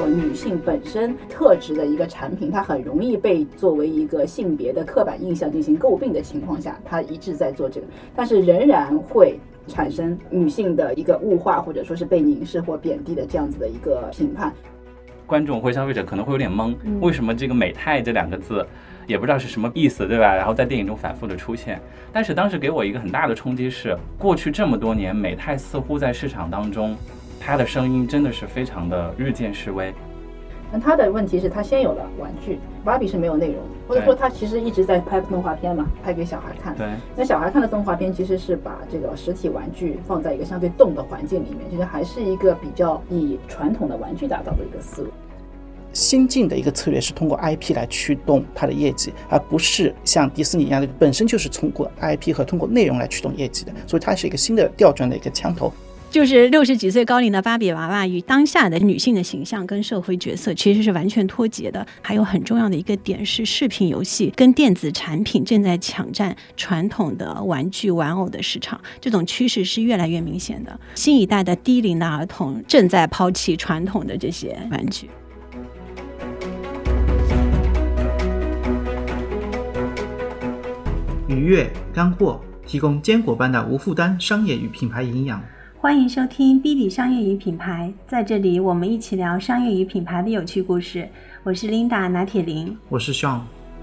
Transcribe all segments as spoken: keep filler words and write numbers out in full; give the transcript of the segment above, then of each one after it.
有女性本身特质的一个产品，它很容易被作为一个性别的刻板印象进行诟病的情况下，它一直在做这个，但是仍然会产生女性的一个物化，或者说是被凝视或贬低的这样子的一个评判。 观众或消费者可能会有点懵，为什么这个美态这两个字也不知道是什么意思，对吧？然后在电影中反复的出现。但是当时给我一个很大的冲击是，过去这么多年，美态似乎在市场当中，它的声音真的是非常的日渐式微。 那他的问题是他先有了玩具，芭比是没有内容，或者说他其实一直在拍动画片嘛，拍给小孩看。 对， 那小孩看的动画片其实是把这个实体玩具放在一个相对动的环境里面，其实还是一个比较以传统的玩具打造的一个思路。 新进的一个策略是通过 I P 来驱动它的业绩，而不是像迪士尼一样的本身就是通过 I P 和通过内容来驱动业绩的，所以它是一个新的调转的一个枪头。 就是六十几岁高龄的芭比娃娃与当下的女性的形象跟社会角色其实是完全脱节的。还有很重要的一个点是，视频游戏跟电子产品正在抢占传统的玩具玩偶的市场，这种趋势是越来越明显的。新一代的低龄的儿童正在抛弃传统的这些玩具。 愉悦干货，提供坚果般的无负担商业与品牌营养。 欢迎收听 B B 商业与品牌，在这里我们一起聊商业与品牌的有趣故事。我是 Linda 拿铁林， 我是 Sean。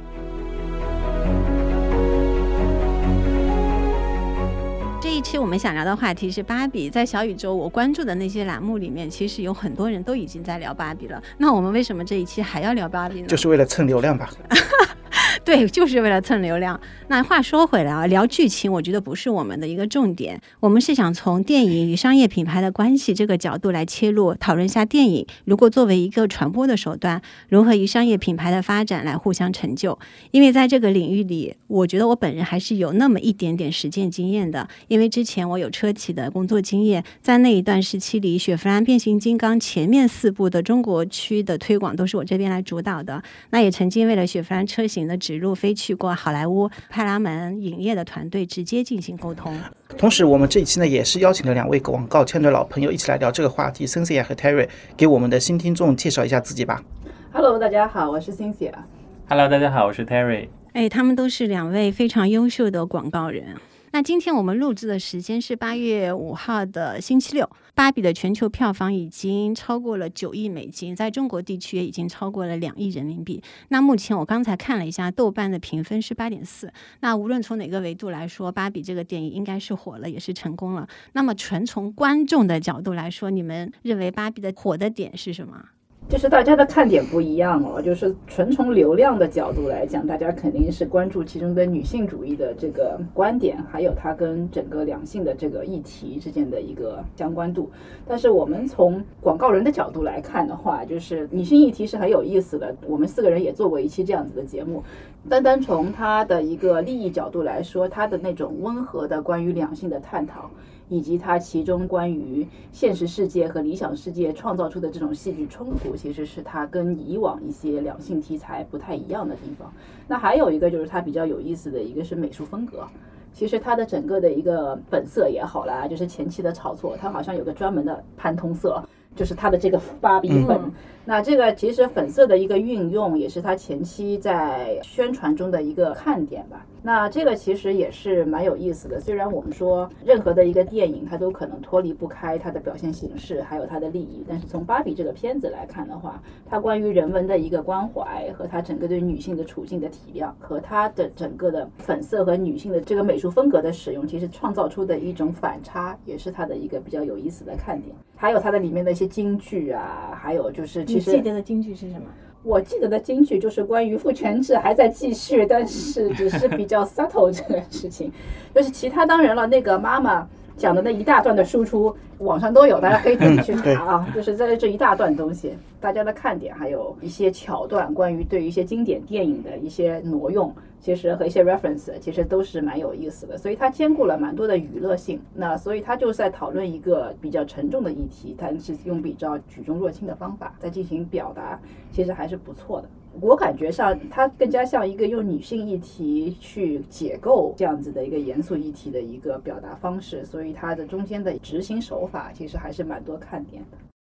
这一期我们想聊的话题是芭比。在小宇宙我关注的那些栏目里面，其实有很多人都已经在聊芭比了。那我们为什么这一期还要聊芭比呢？ 就是为了蹭流量吧。 对，就是为了蹭流量。那话说回来啊，聊剧情我觉得不是我们的一个重点，我们是想从电影与商业品牌的关系这个角度来切入，讨论一下电影如果作为一个传播的手段，如何与商业品牌的发展来互相成就。因为在这个领域里，我觉得我本人还是有那么一点点实践经验的，因为之前我有车企的工作经验，在那一段时期里，雪佛兰变形金刚前面四部的中国区的推广都是我这边来主导的。那也曾经为了雪佛兰车型的植入飞去过好莱坞派拉蒙影业的团队直接进行沟通。 同时我们这一期呢也是邀请了两位广告圈的老朋友一起来聊这个话题。 Cynthia 和 Terry 给我们的新听众介绍一下自己吧。 Hello 大家好，我是 Cynthia。 Hello 大家好，我是 Terry。 哎，他们都是两位非常优秀的广告人。那今天我们录制的时间是八月五号的星期六。芭比的全球票房已经超过了九亿美金，在中国地区也已经超过了两亿人民币。那目前我刚才看了一下，豆瓣的评分是八点四。那无论从哪个维度来说，芭比这个电影应该是火了，也是成功了。那么纯从观众的角度来说，你们认为芭比的火的点是什么？ 就是大家的看点不一样哦，就是纯从流量的角度来讲，大家肯定是关注其中的女性主义的这个观点，还有它跟整个两性的这个议题之间的一个相关度。但是我们从广告人的角度来看的话，就是女性议题是很有意思的，我们四个人也做过一期这样子的节目。单单从它的一个利益角度来说，它的那种温和的关于两性的探讨，以及它其中关于现实世界和理想世界创造出的这种戏剧冲突，其实是它跟以往一些两性题材不太一样的地方。那还有一个就是它比较有意思的一个是美术风格，其实它的整个的一个本色也好啦，就是前期的炒作，它好像有个专门的潘通色，就是它的这个芭比粉、嗯、那这个其实粉色的一个运用也是它前期在宣传中的一个看点吧。那这个其实也是蛮有意思的，虽然我们说任何的一个电影它都可能脱离不开它的表现形式还有它的利益，但是从芭比这个片子来看的话，它关于人文的一个关怀和它整个对女性的处境的体谅，和它的整个的粉色和女性的这个美术风格的使用，其实创造出的一种反差，也是它的一个比较有意思的看点。还有它的里面的一些金句啊，还有就是其实你记得的金句是什么？ 我记得的金句就是关于父权制还在继续，但是只是比较 subtle 这个事情。就是其他当然了，那个妈妈讲的那一大段的输出网上都有，大家可以自己去查啊。就是在这一大段东西，大家的看点还有一些桥段，关于对于一些经典电影的一些挪用，其实和一些 reference 其实都是蛮有意思的，所以它兼顾了蛮多的娱乐性。那所以它就是在讨论一个比较沉重的议题，但是用比较举重若轻的方法在进行表达，其实还是不错的。我感觉上它更加像一个用女性议题去解构这样子的一个严肃议题的一个表达方式，所以它的中间的执行手法其实还是蛮多看点的。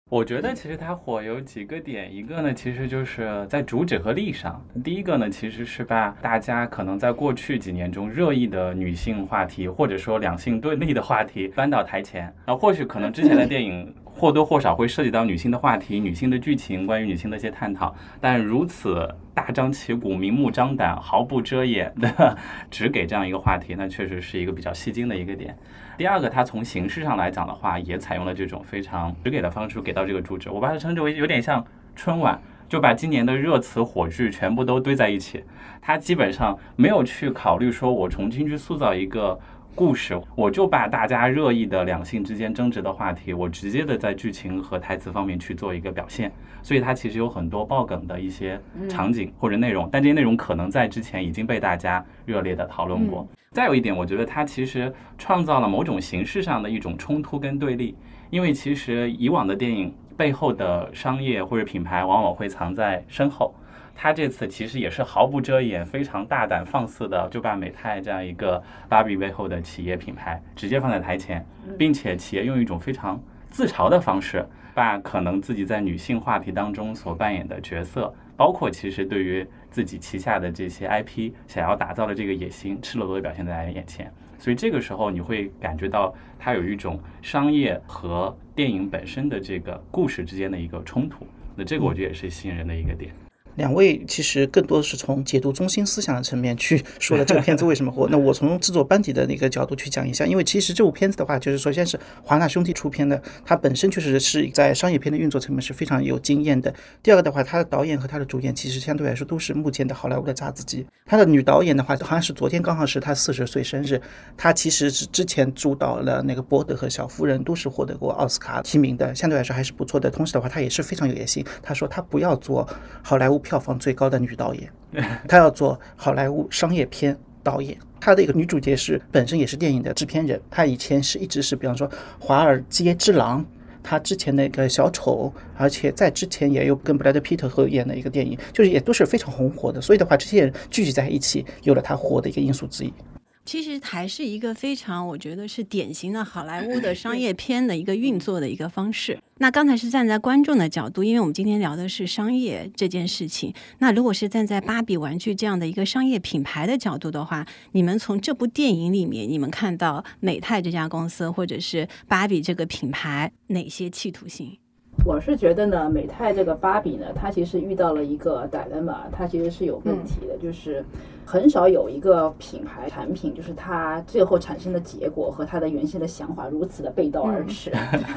我觉得其实它火有几个点，一个呢其实就是在主旨和力上。第一个呢其实是把大家可能在过去几年中热议的女性话题，或者说两性对立的话题搬到台前。然后或许可能之前的电影或多或少会涉及到女性的话题、女性的剧情、关于女性的一些探讨，但如此大张旗鼓、明目张胆、毫不遮掩的只给这样一个话题，那确实是一个比较戏精的一个点。第二个，它从形式上来讲的话，也采用了这种非常直给的方式给到这个主旨，我把它称之为有点像春晚，就把今年的热词火炬全部都堆在一起。它基本上没有去考虑说我重新去塑造一个故事，我就把大家热议的两性之间争执的话题，我直接的在剧情和台词方面去做一个表现。所以它其实有很多爆梗的一些场景或者内容，但这些内容可能在之前已经被大家热烈的讨论过。再有一点，我觉得它其实创造了某种形式上的一种冲突跟对立，因为其实以往的电影背后的商业或者品牌往往会藏在身后，他这次其实也是毫不遮掩、非常大胆放肆的，就把美泰这样一个芭比背后的企业品牌直接放在台前，并且企业用一种非常自嘲的方式，把可能自己在女性话题当中所扮演的角色，包括其实对于自己旗下的这些 I P 想要打造的这个野心，赤裸裸的表现在大家眼前。所以这个时候你会感觉到它有一种商业和电影本身的这个故事之间的一个冲突，那这个我觉得也是吸引人的一个点。 两位其实更多是从解读中心思想的层面去说了这个片子为什么火。那我从制作班底的那个角度去讲一下，因为其实这部片子的话，就是首先是华纳兄弟出片的，它本身就是是在商业片的运作层面是非常有经验的。第二个的话，他的导演和他的主演其实相对来说都是目前的好莱坞的炸子鸡。他的女导演的话，好像是昨天刚好是她四十岁生日，她其实是之前主导了那个波德和小夫人，都是获得过奥斯卡提名的，相对来说还是不错的。同时的话，她也是非常有野心，她说她不要做好莱坞票房最高的女导演，她要做好莱坞商业片导演。她的一个女主角是本身也是电影的制片人，她以前是一直是比方说《华尔街之狼》，她之前那个小丑，而且在之前也有跟布莱德皮特合演的一个电影，就是也都是非常红火的。所以的话，这些人聚集在一起，有了她火的一个因素之一。 其实还是一个非常我觉得是典型的好莱坞的商业片的一个运作的一个方式。那刚才是站在观众的角度，因为我们今天聊的是商业这件事情，那如果是站在芭比玩具这样的一个商业品牌的角度的话，你们从这部电影里面你们看到美泰这家公司或者是芭比这个品牌哪些企图性？ 我是觉得呢，美泰这个芭比呢，它其实遇到了一个 dilemma， 它其实是有问题的，嗯、就是很少有一个品牌产品，就是它最后产生的结果和它的原先的想法如此的背道而驰。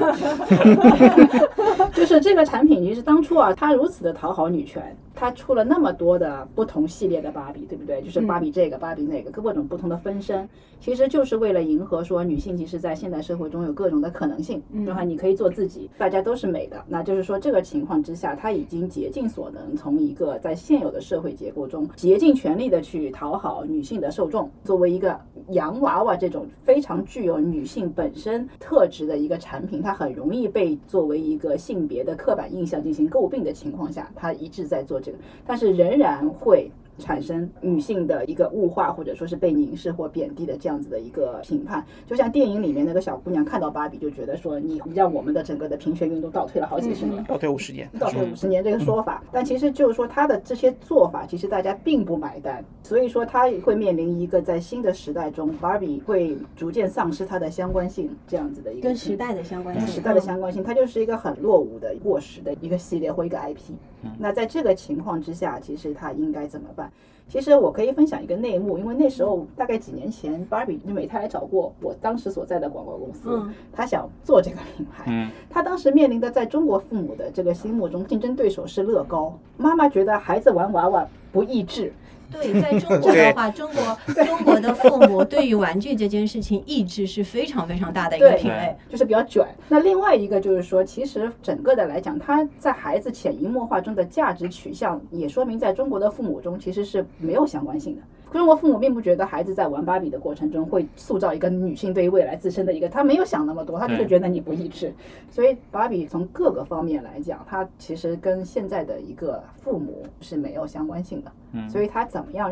嗯、就是这个产品，其实当初啊，它如此的讨好女权，它出了那么多的不同系列的芭比，对不对？就是芭比这个、嗯、芭比那个，各种不同的分身，其实就是为了迎合说女性其实在现代社会中有各种的可能性，然后你可以做自己，大家都是美的。那就是说这个情况之下，他已经竭尽所能，从一个在现有的社会结构中竭尽全力的去讨好女性的受众，作为一个洋娃娃这种非常具有女性本身特质的一个产品，它很容易被作为一个性别的刻板印象进行诟病的情况下，他一直在做这个，但是仍然会产生女性的一个物化，或者说是被凝视或贬低的这样子的一个评判。就像电影里面那个小姑娘看到芭比就觉得说，你让我们的整个的平权运动倒退了好几十年， 倒退五十年， 倒退五十年这个说法。但其实就是说她的这些做法，其实大家并不买单，所以说她会面临一个在新的时代中，芭比会逐渐丧失它的相关性，这样子的一个跟时代的相关性， 时代的相关性，它就是一个很落伍的过时的一个系列或一个 I P。那在这个情况之下，其实它应该怎么办？其实我可以分享一个内幕，因为那时候大概几年前，芭比美泰来找过我当时所在的广告公司，嗯、他想做这个品牌。嗯、他当时面临的在中国父母的这个心目中，竞争对手是乐高。妈妈觉得孩子玩娃娃不益智。 对，在中国的话，中国中国的父母对于玩具这件事情意志是非常非常大的一个品类， 就是比较卷。那另外一个就是说，其实整个的来讲，他在孩子潜移默化中的价值取向，也说明在中国的父母中其实是没有相关性的。中国父母并不觉得孩子在玩芭比的过程中会塑造一个女性对于未来自身的一个，他没有想那么多，他就是觉得你不益智。所以芭比从各个方面来讲，它其实跟现在的一个父母是没有相关性的。所以他怎么样让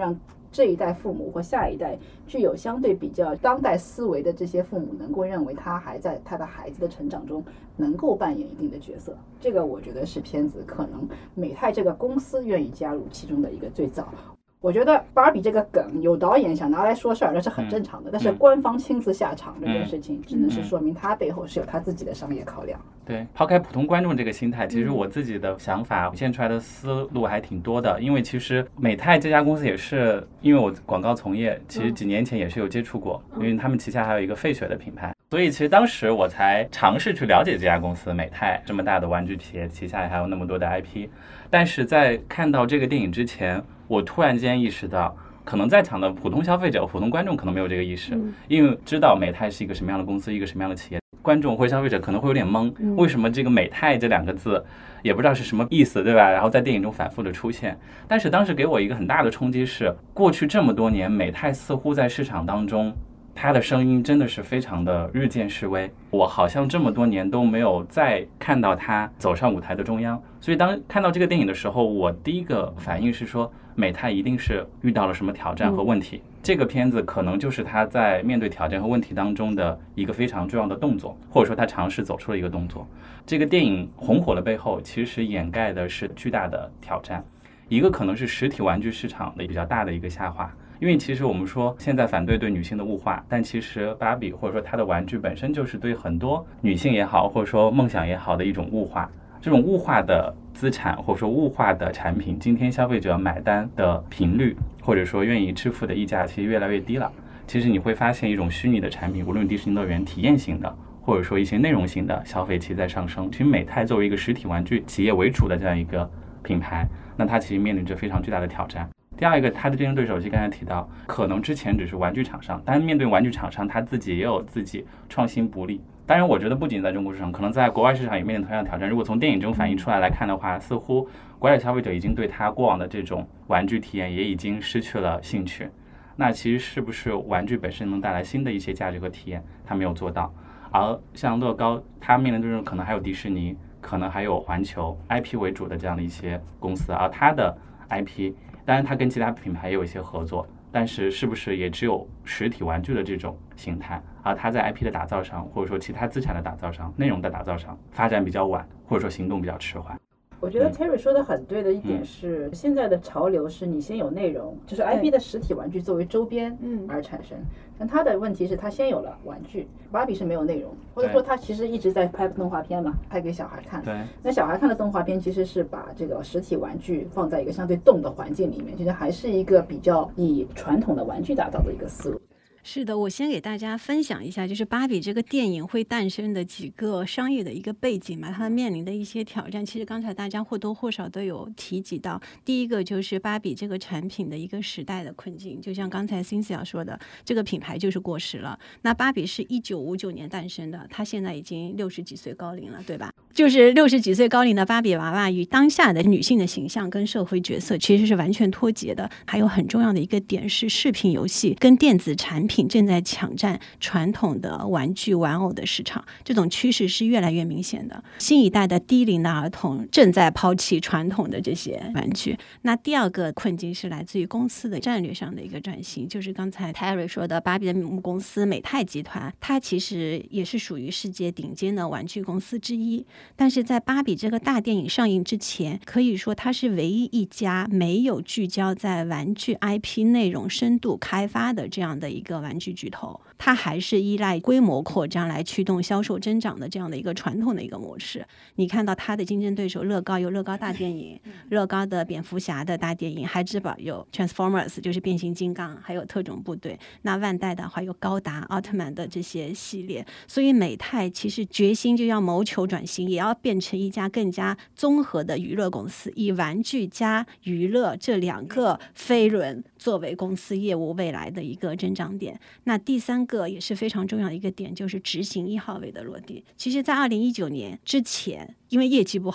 这一代父母或下一代具有相对比较当代思维的这些父母能够认为他还在他的孩子的成长中能够扮演一定的角色。这个我觉得是片子可能美泰这个公司愿意加入其中的一个最早。我觉得芭比这个梗有导演想拿来说事儿，那是很正常的、嗯、但是官方亲自下场这件事情、嗯、只能是说明他背后是有他自己的商业考量。 对，抛开普通观众这个心态，其实我自己的想法现出来的思路还挺多的。因为其实美泰这家公司也是因为我广告从业，其实几年前也是有接触过、嗯、因为他们旗下还有一个费雪的品牌，所以其实当时我才尝试去了解这家公司。美泰这么大的玩具企业，旗下还有那么多的 I P， 但是在看到这个电影之前，我突然间意识到，可能在场的普通消费者、普通观众可能没有这个意识，因为知道美泰是一个什么样的公司，一个什么样的企业，观众或消费者可能会有点懵，为什么这个美泰这两个字也不知道是什么意思，对吧？然后在电影中反复的出现。但是当时给我一个很大的冲击是，过去这么多年，美泰似乎在市场当中，他的声音真的是非常的日渐式微，我好像这么多年都没有再看到他走上舞台的中央。所以当看到这个电影的时候，我第一个反应是说，美泰一定是遇到了什么挑战和问题、嗯、这个片子可能就是他在面对挑战和问题当中的一个非常重要的动作，或者说他尝试走出了一个动作。这个电影红火的背后其实掩盖的是巨大的挑战，一个可能是实体玩具市场的比较大的一个下滑。因为其实我们说现在反对对女性的物化，但其实芭比或者说它的玩具本身就是对很多女性也好，或者说梦想也好的一种物化。这种物化的资产或者说物化的产品，今天消费者买单的频率或者说愿意支付的溢价其实越来越低了。其实你会发现一种虚拟的产品，无论迪士尼乐园体验型的或者说一些内容型的消费其实在上升。其实美泰作为一个实体玩具企业为主的这样一个品牌，那它其实面临着非常巨大的挑战。第二一个，它的竞争对手就刚才提到，可能之前只是玩具厂商，但面对玩具厂商，它自己也有自己创新不力。当然我觉得不仅在中国市场，可能在国外市场也面临同样的挑战。如果从电影中反映出来来看的话，似乎国外的消费者已经对它过往的这种玩具体验也已经失去了兴趣。那其实是不是玩具本身能带来新的一些价值和体验，它没有做到。而像乐高，它面临这种可能还有迪士尼，可能还有环球 I P 为主的这样的一些公司，而它的 I P当然它跟其他品牌也有一些合作，但是是不是也只有实体玩具的这种形态，而它在 I P 的打造上，或者说其他资产的打造上，内容的打造上发展比较晚，或者说行动比较迟缓。 我觉得 Terry 说的很对的一点是、嗯、现在的潮流是你先有内容，就是 I P 的实体玩具作为周边而产生，但它的问题是它先有了玩具，芭比是没有内容，或者说它其实一直在拍动画片嘛，拍给小孩看。 对， 那小孩看的动画片其实是把这个实体玩具放在一个相对动的环境里面，其实还是一个比较以传统的玩具打造的一个思路。 是的，我先给大家分享一下，就是芭比这个电影会诞生的几个商业的一个背景嘛，它面临的一些挑战。其实刚才大家或多或少都有提及到，第一个就是芭比这个产品的一个时代的困境，就像刚才 Cynthia 说的，这个品牌就是过时了。那芭比是一九五九年诞生的，它现在已经六十几岁高龄了，对吧？就是六十几岁高龄的芭比娃娃与当下的女性的形象跟社会角色其实是完全脱节的。还有很重要的一个点是，视频游戏跟电子产品正在抢占传统的玩具玩偶的市场，这种趋势是越来越明显的。新一代的低龄的儿童正在抛弃传统的这些玩具。那第二个困境是来自于公司的战略上的一个转型，就是刚才 Terry 说的，芭比的母公司美泰集团，它其实也是属于世界顶尖的玩具公司之一，但是在芭比这个大电影上映之前，可以说它是唯一一家没有聚焦在玩具 I P 内容深度开发的这样的一个玩具巨头，它还是依赖规模扩张来驱动销售增长的这样的一个传统的一个模式。你看到它的竞争对手乐高有乐高大电影，乐高的蝙蝠侠的大电影，孩之宝有 Transformers 就是变形金刚，还有特种部队，那万代的话有高达、奥特曼的这些系列。所以美泰其实决心就要谋求转型，也要变成一家更加综合的娱乐公司，以玩具加娱乐这两个飞轮作为公司业务未来的一个增长点。那第三个也是非常重要的一个点，就是执行一号位的落地。其实在二零一九年之前，因为业绩不好，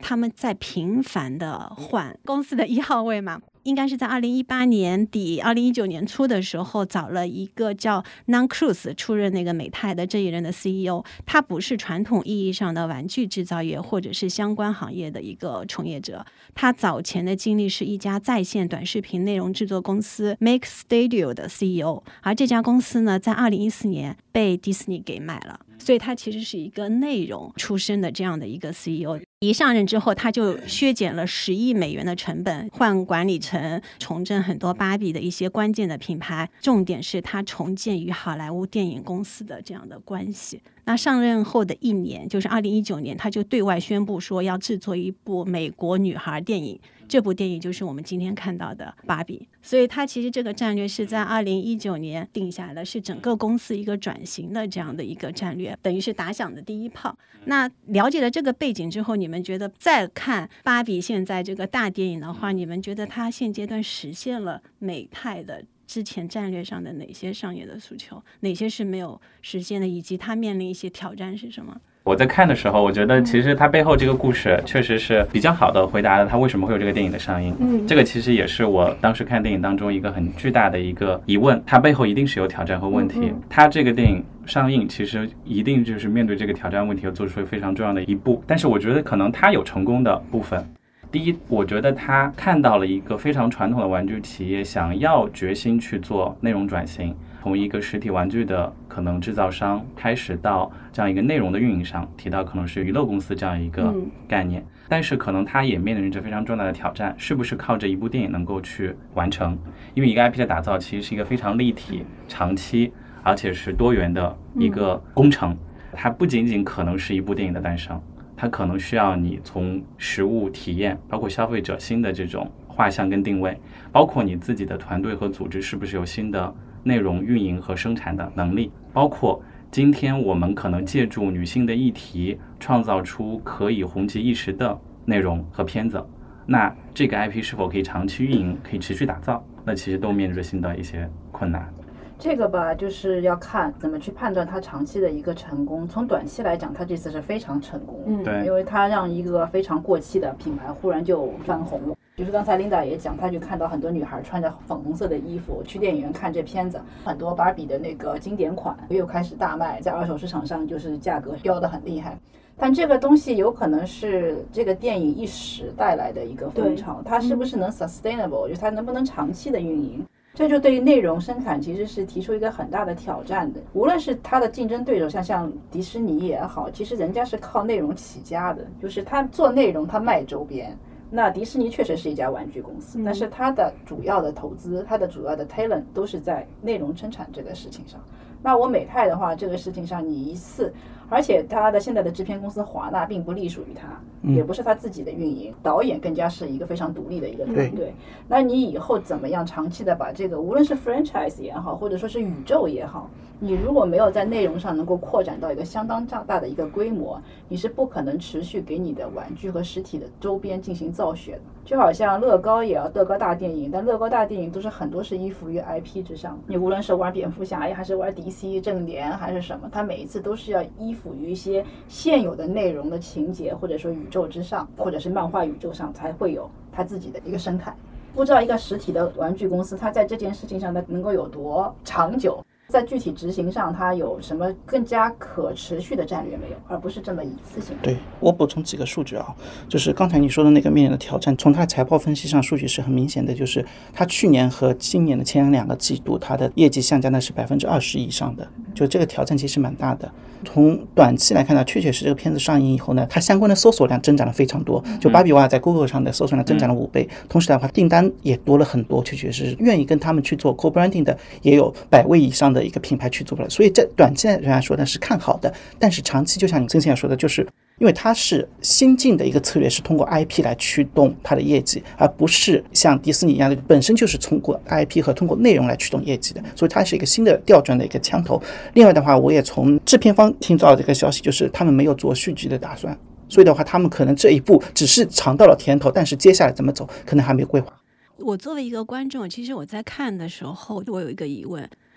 他们在频繁的换公司的一号位嘛，应该是在二零一八年底二零一九年初的时候找了一个叫 Non Cruz 出任那个美泰的这一任的 C E O， 他不是传统意义上的玩具制造业或者是相关行业的一个从业者，他早前的经历是一家在线短视频内容制作公司 Make Studio 的 C E O， 而这家公司呢在二零一四年被迪士尼给买了，所以他其实是一个内容出身的这样的一个 C E O。 一上任之后他就削减了十亿美元的成本，换管理层，重振很多芭比的一些关键的品牌，重点是他重建与好莱坞电影公司的这样的关系。那上任后的一年，就是二零一九年，他就对外宣布说要制作一部美国女孩电影，这部电影就是我们今天看到的芭比。所以他其实这个战略是在二零一九年定下来的，是整个公司一个转型的这样的一个战略，等于是打响的第一炮。那了解了这个背景之后，你们觉得再看芭比现在这个大电影的话，你们觉得它现阶段实现了美泰的之前战略上的哪些商业的诉求，哪些是没有实现的，以及它面临一些挑战是什么？ 我在看的时候，我觉得其实它背后这个故事确实是比较好的回答了它为什么会有这个电影的上映。嗯，这个其实也是我当时看电影当中一个很巨大的一个疑问，它背后一定是有挑战和问题。嗯、它这个电影上映其实一定就是面对这个挑战问题而做出非常重要的一步，但是我觉得可能它有成功的部分。第一，我觉得他看到了一个非常传统的玩具企业想要决心去做内容转型，从一个实体玩具的可能制造商开始到这样一个内容的运营商，提到可能是娱乐公司这样一个概念、嗯、但是可能他也面临着非常重大的挑战，是不是靠这一部电影能够去完成？因为一个 I P 的打造其实是一个非常立体、长期而且是多元的一个工程、嗯、它不仅仅可能是一部电影的诞生，它可能需要你从实物体验，包括消费者新的这种画像跟定位，包括你自己的团队和组织是不是有新的内容运营和生产的能力，包括今天我们可能借助女性的议题创造出可以红极一时的内容和片子，那这个 I P 是否可以长期运营，可以持续打造，那其实都面临着新的一些困难。 这个吧，就是要看怎么去判断它长期的一个成功。从短期来讲，它这次是非常成功， 嗯，对， 因为它让一个非常过气的品牌忽然就翻红了。就是刚才琳达也讲，她就看到很多女孩穿着粉红色的衣服去电影院看这片子，很多芭比的那个经典款又开始大卖，在二手市场上就是价格飙得很厉害。但这个东西有可能是这个电影一时带来的一个风潮，它是不是能 sustainable， 就是它能不能长期的运营？这就对于内容生产其实是提出一个很大的挑战的。无论是它的竞争对手，像像迪士尼也好，其实人家是靠内容起家的，就是他做内容，他卖周边。那迪士尼确实是一家玩具公司，但是它的主要的投资，它的主要的 talent 都是在内容生产这个事情上。那我美泰的话，这个事情上你一次，而且它的现在的制片公司华纳并不隶属于它，也不是他自己的运营，导演更加是一个非常独立的一个团队。那你以后怎么样长期的把这个，无论是 franchise 也好，或者说是宇宙也好，你如果没有在内容上能够扩展到一个相当大的一个规模，你是不可能持续给你的玩具和实体的周边进行造血的。就好像乐高也要乐高大电影，但乐高大电影都是很多是依附于 I P 之上，你无论是玩蝙蝠侠还是玩 D C 正联还是什么，它每一次都是要依附于一些现有的内容的情节或者说宇宙之上，或者是漫画宇宙上，才会有它自己的一个生态。不知道一个实体的玩具公司它在这件事情上它能够有多长久，在具体执行上它有什么更加可持续的战略没有，而不是这么一次性。 对，我补充几个数据啊，就是刚才你说的那个面临的挑战，从它财报分析上数据是很明显的，就是它去年和今年的前两个季度它的业绩相加呢是百分之二十以上的，就这个挑战其实蛮大的。从短期来看呢，确确实这个片子上映以后呢，它相关的搜索量增长了非常多，就芭比娃娃在 Google 上的搜索量增长了五倍，同时的话订单也多了很多，确确实实愿意跟他们去做 co-branding 的也有百位以上的一个品牌去做了，所以在短期来说呢是看好的，但是长期就像你之前说的，就是因为它是新进的一个策略，是通过 I P 来驱动它的业绩，而不是像迪士尼一样的本身就是通过 I P 和通过内容来驱动业绩的，所以它是一个新的调转的一个枪头。另外的话，我也从制片方听到这个消息，就是他们没有做续集的打算，所以的话他们可能这一步只是尝到了甜头，但是接下来怎么走可能还没有规划。 我作为一个观众，其实我在看的时候我有一个疑问，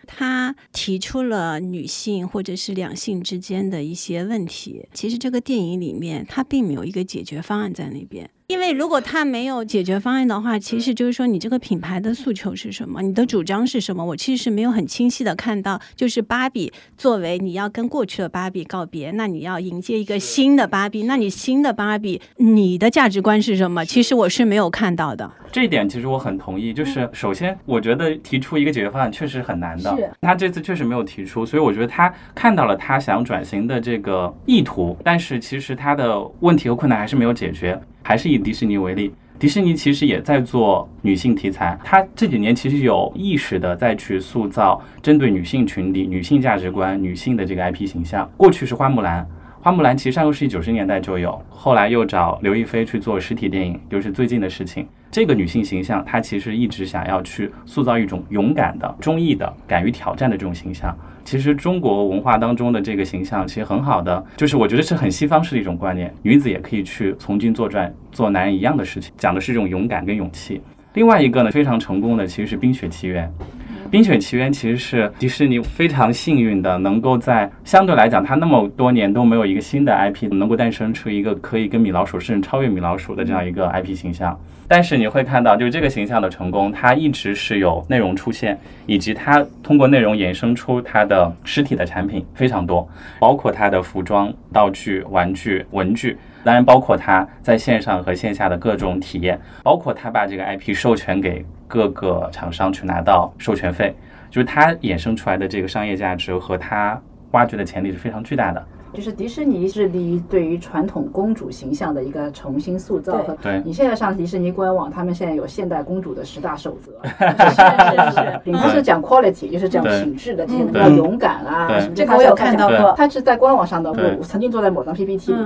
他提出了女性或者是两性之间的一些问题，其实这个电影里面他并没有一个解决方案在那边。因为如果他没有解决方案的话，其实就是说你这个品牌的诉求是什么，你的主张是什么，我其实是没有很清晰的看到。就是芭比作为你要跟过去的芭比告别，那你要迎接一个新的芭比，那你新的芭比你的价值观是什么，其实我是没有看到的。 这一点其实我很同意，就是首先我觉得提出一个解决方案确实很难的，他这次确实没有提出，所以我觉得他看到了他想转型的这个意图，但是其实他的问题和困难还是没有解决。还是以迪士尼为例，迪士尼其实也在做女性题材，他这几年其实有意识的再去塑造针对女性群体、女性价值观、女性的这个 I P 形象。过去是花木兰，花木兰其实上个世纪九十年代就有，后来又找刘亦菲去做实体电影，就是最近的事情。这个女性形象，她其实一直想要去塑造一种勇敢的、忠义的、敢于挑战的这种形象。其实中国文化当中的这个形象其实很好的，就是我觉得是很西方式的一种观念，女子也可以去从军作战，做男人一样的事情，讲的是这种勇敢跟勇气。另外一个呢，非常成功的其实是《冰雪奇缘》。《冰雪奇缘》其实是迪士尼非常幸运的，能够在相对来讲，它那么多年都没有一个新的 I P 能够诞生出一个可以跟米老鼠甚至超越米老鼠的这样一个 I P 形象。但是你会看到，就是这个形象的成功，它一直是有内容出现，以及它通过内容衍生出它的实体的产品非常多，包括它的服装、道具、玩具、文具。当然包括它在线上和线下的各种体验，包括它把这个 I P 授权给各个厂商去拿到授权费，就是它衍生出来的这个商业价值和它挖掘的潜力是非常巨大的。 就是迪士尼致力对于传统公主形象的一个重新塑造和对， 你现在上迪士尼官网，他们现在有现代公主的十大守则，是是是，并不是讲 quality， 就是讲品质的，这些要勇敢啊什么。 这个我有看到过， 他是在官网上的，我曾经坐在某张 P P T 里，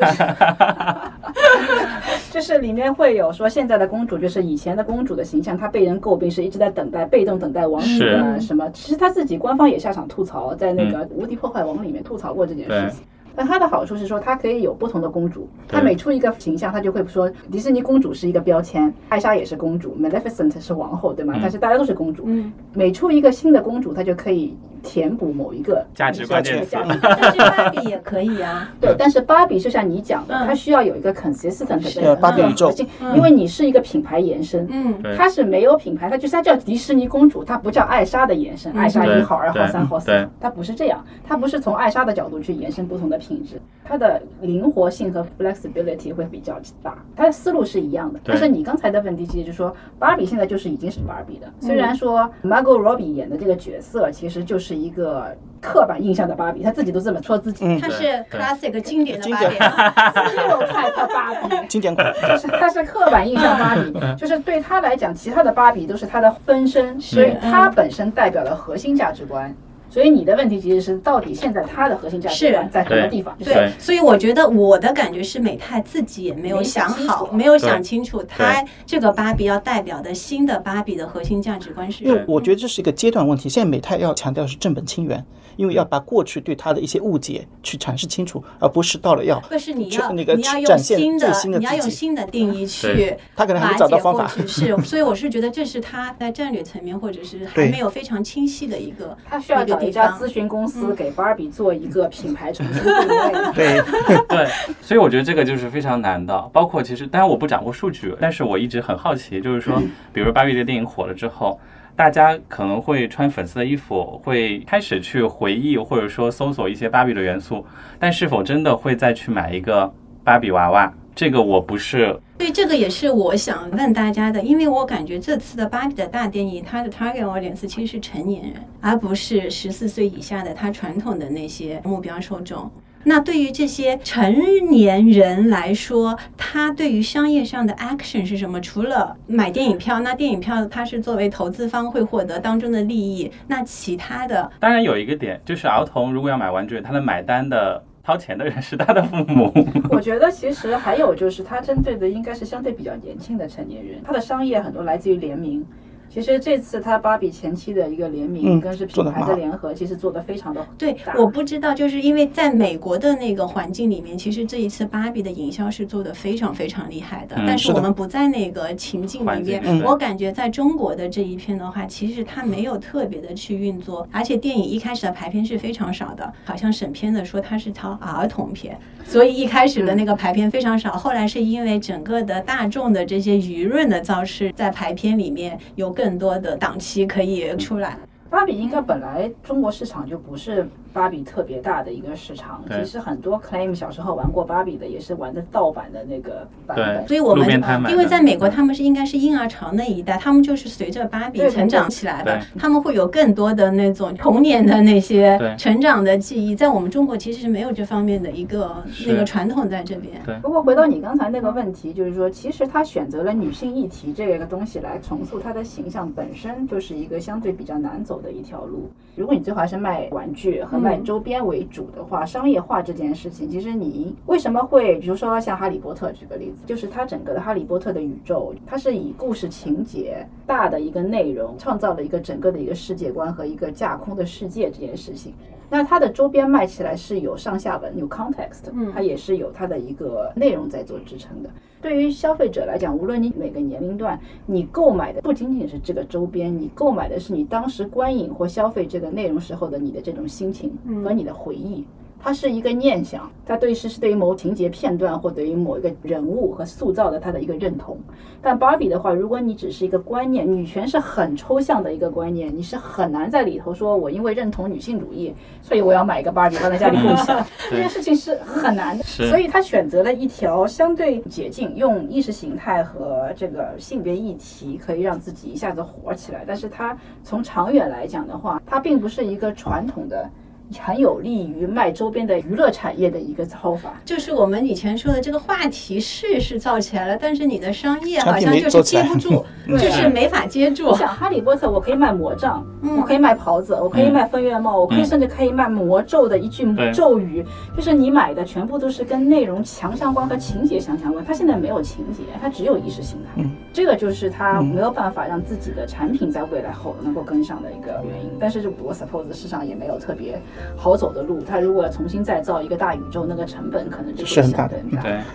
就是里面会有说现在的公主，就是以前的公主的形象，她被人诟病是一直在等待，被动等待王子啊什么。其实他自己官方也下场吐槽，在那个《无敌破坏王》里面吐槽过这件事情。但它的好处是说，它可以有不同的公主，它每出一个形象，它就会说迪士尼公主是一个标签，艾莎也是公主 ，Maleficent 是王后，对吗？嗯、但是大家都是公主，嗯、每出一个新的公主，它就可以填补某一个价值关键词。 但是芭比也可以啊， 对，但是芭比就像你讲的，它需要有一个 consistent 的芭比宇宙， 因为你是一个品牌延伸，嗯，它是没有品牌，它就是它叫迪士尼公主，它不叫艾莎的延伸，艾莎一号、二号、三号、四号，它不是这样，它不是从艾莎的角度去延伸不同的品质，它的灵活性和 flexibility 会比较大，它的思路是一样的。但是你刚才的问题其实就是说，芭比现在就是已经是芭比的，虽然说 Margot Robbie 演的这个角色其实就是一个刻板印象的芭比，她自己都这么说自己， 嗯、她是 classic 经典的芭比 ，stereotype 芭比， 经典款， 就是她是刻板印象芭比，就是对她来讲，其他的芭比都是她的分身，所以她本身代表了核心价值观。所以你的问题其实是到底现在它的核心价值观在什么地方？ 对，对，所以我觉得我的感觉是美泰自己也没有想好，没有想清楚它这个芭比要代表的新的芭比的核心价值观是什么。 因为我觉得这是一个阶段问题，现在美泰要强调的是正本清源。因为要把过去对他的一些误解去阐释清楚，而不是到了要不是你要那个你要用新的你要用新的定义去他可能还没找到方法， 是，所以我是觉得这是他在战略层面或者是还没有非常清晰的一个他需要找一家咨询公司给芭比做一个品牌重新定位。 对对，所以我觉得这个就是非常难的。包括其实，当然我不掌握数据，但是我一直很好奇，就是说，比如芭比这个电影火了之后。大家可能会穿粉丝的衣服，会开始去回忆或者说搜索一些芭比的元素，但是否真的会再去买一个芭比娃娃？这个我不是。 对，这个也是我想问大家的，因为我感觉这次的芭比的大电影，它的 target audience 其实是成年人，而不是十四岁以下的它传统的那些目标受众。那对于这些成年人来说，他对于商业上的 action 是什么？除了买电影票，那电影票它是作为投资方会获得当中的利益，那其他的当然有一个点，就是儿童如果要买玩具，他的买单的掏钱的人是他的父母。 我觉得其实还有就是他针对的应该是相对比较年轻的成年人，他的商业很多来自于联名。 其实这次他芭比前期的一个联名，跟是品牌的联合，其实做得非常的对。我不知道，就是因为在美国的那个环境里面，其实这一次芭比的营销是做得非常非常厉害的。嗯、但是我们不在那个情境里面，嗯、我感觉在中国的这一片的话，其实它没有特别的去运作，而且电影一开始的排片是非常少的，好像审片的说它是套儿童片，所以一开始的那个排片非常少。嗯、后来是因为整个的大众的这些舆论的造势，在排片里面有更多的档期可以出来。 芭比应该本来中国市场就不是芭比特别大的一个市场，其实很多 claim 小时候玩过芭比的也是玩的盗版的那个版本， 所以我们因为在美国他们是应该是婴儿潮那一代，他们就是随着芭比成长起来的，他们会有更多的那种童年的那些成长的记忆，在我们中国其实是没有这方面的一个那个传统在这边。 不过回到你刚才那个问题，就是说其实他选择了女性议题这个东西来重塑他的形象，本身就是一个相对比较难走的一条路。如果你最后还是卖玩具和卖周边为主的话，嗯、商业化这件事情，其实你为什么会，比如说像哈利波特举个例子，就是它整个的哈利波特的宇宙，它是以故事情节大的一个内容，创造了一个整个的一个世界观和一个架空的世界这件事情。那它的周边卖起来是有上下文，有 context， 它也是有它的一个内容在做支撑的。对于消费者来讲，无论你每个年龄段，你购买的不仅仅是这个周边，你购买的是你当时观影或消费这个内容时候的你的这种心情和你的回忆。它是一个念想，它对是是对于某情节片段或对于某一个人物和塑造的它的一个认同。但芭比的话，如果你只是一个观念，女权是很抽象的一个观念，你是很难在里头说我因为认同女性主义，所以我要买一个芭比放在家里共享，这件事情是很难的。所以他选择了一条相对捷径，用意识形态和这个性别议题可以让自己一下子火起来。但是它从长远来讲的话，它并不是一个传统的很有利于卖周边的娱乐产业的一个操法。 就是我们以前说的这个话题是是造起来了，但是你的商业好像就是接不住，就是没法接住。 像哈利波特，我可以卖魔杖，嗯、我可以卖袍子，我可以卖分院帽，嗯、我可以甚至可以卖魔咒的一句咒语，就是你买的全部都是跟内容强相关和情节相相关。它现在没有情节，它只有意识形态，嗯、这个就是它没有办法让自己的产品在未来后能够跟上的一个原因。但是我 suppose 市场也没有特别好走的路，它如果重新再造一个大宇宙，那个成本可能就会相对很大。 对。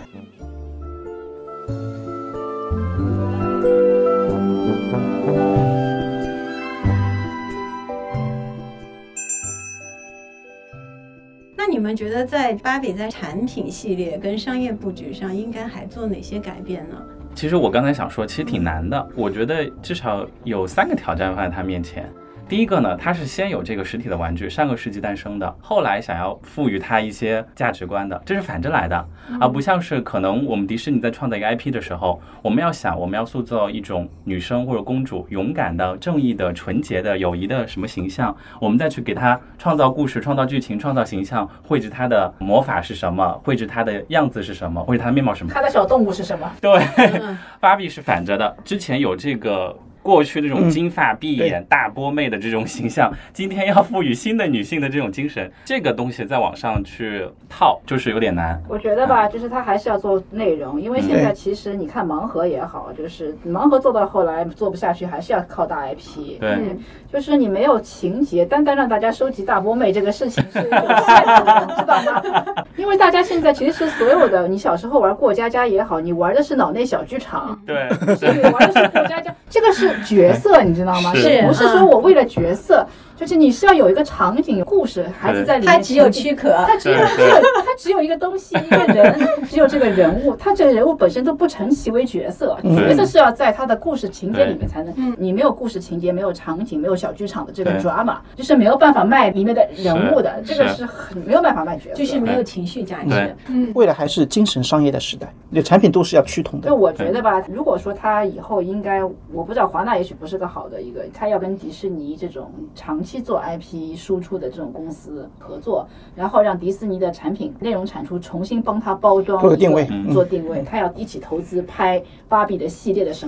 那你们觉得在芭比在产品系列跟商业布局上应该还做哪些改变呢？ 其实我刚才想说，其实挺难的。我觉得至少有三个挑战放在他面前。第一个呢，它是先有这个实体的玩具，上个世纪诞生的，后来想要赋予它一些价值观的，这是反着来的，而不像是可能我们迪士尼在创造一个 I P 的时候，我们要想我们要塑造一种女生或者公主勇敢的、正义的、纯洁的、友谊的什么形象，我们再去给她创造故事、创造剧情、创造形象，绘制她的魔法是什么，绘制她的样子是什么，绘制她的面貌是什么， 她的小动物是什么。 对，芭比是反着的，之前有这个过去那种金发碧眼、嗯、大波妹的这种形象，今天要赋予新的女性的这种精神，这个东西在网上去套就是有点难。 我觉得吧，就是它还是要做内容，因为现在其实你看盲盒也好，就是盲盒做到后来做不下去，还是要靠大 I P。 对、嗯， 就是你没有情节，单单让大家收集大波妹这个事情是有限的，知道吗？因为大家现在其实所有的，你小时候玩过家家也好，你玩的是脑内小剧场， 对， 你玩的是过家家，这个是角色，你知道吗？是不是说我为了角色？就是你是要有一个场景、有故事，孩子在里面， 它只有躯壳， 它只有只有它只有一个东西，一个人，只有这个人物，它这个人物本身都不成其为角色，角色是要在它的故事情节里面才能。你没有故事情节，没有场景，没有小剧场的这个 drama， 就是没有办法卖里面的人物的，这个是很没有办法卖角色， 就是没有情绪价值。 嗯，未来还是精神商业的时代，那产品都是要趋同的。 就我觉得吧，如果说它以后应该，我不知道华纳也许不是个好的一个，它要跟迪士尼这种长期做 I P 输出的这种公司合作，然后让迪士尼的产品内容产出重新帮他包装做定位， 做定位，他要一起投资拍芭比的系列的什么。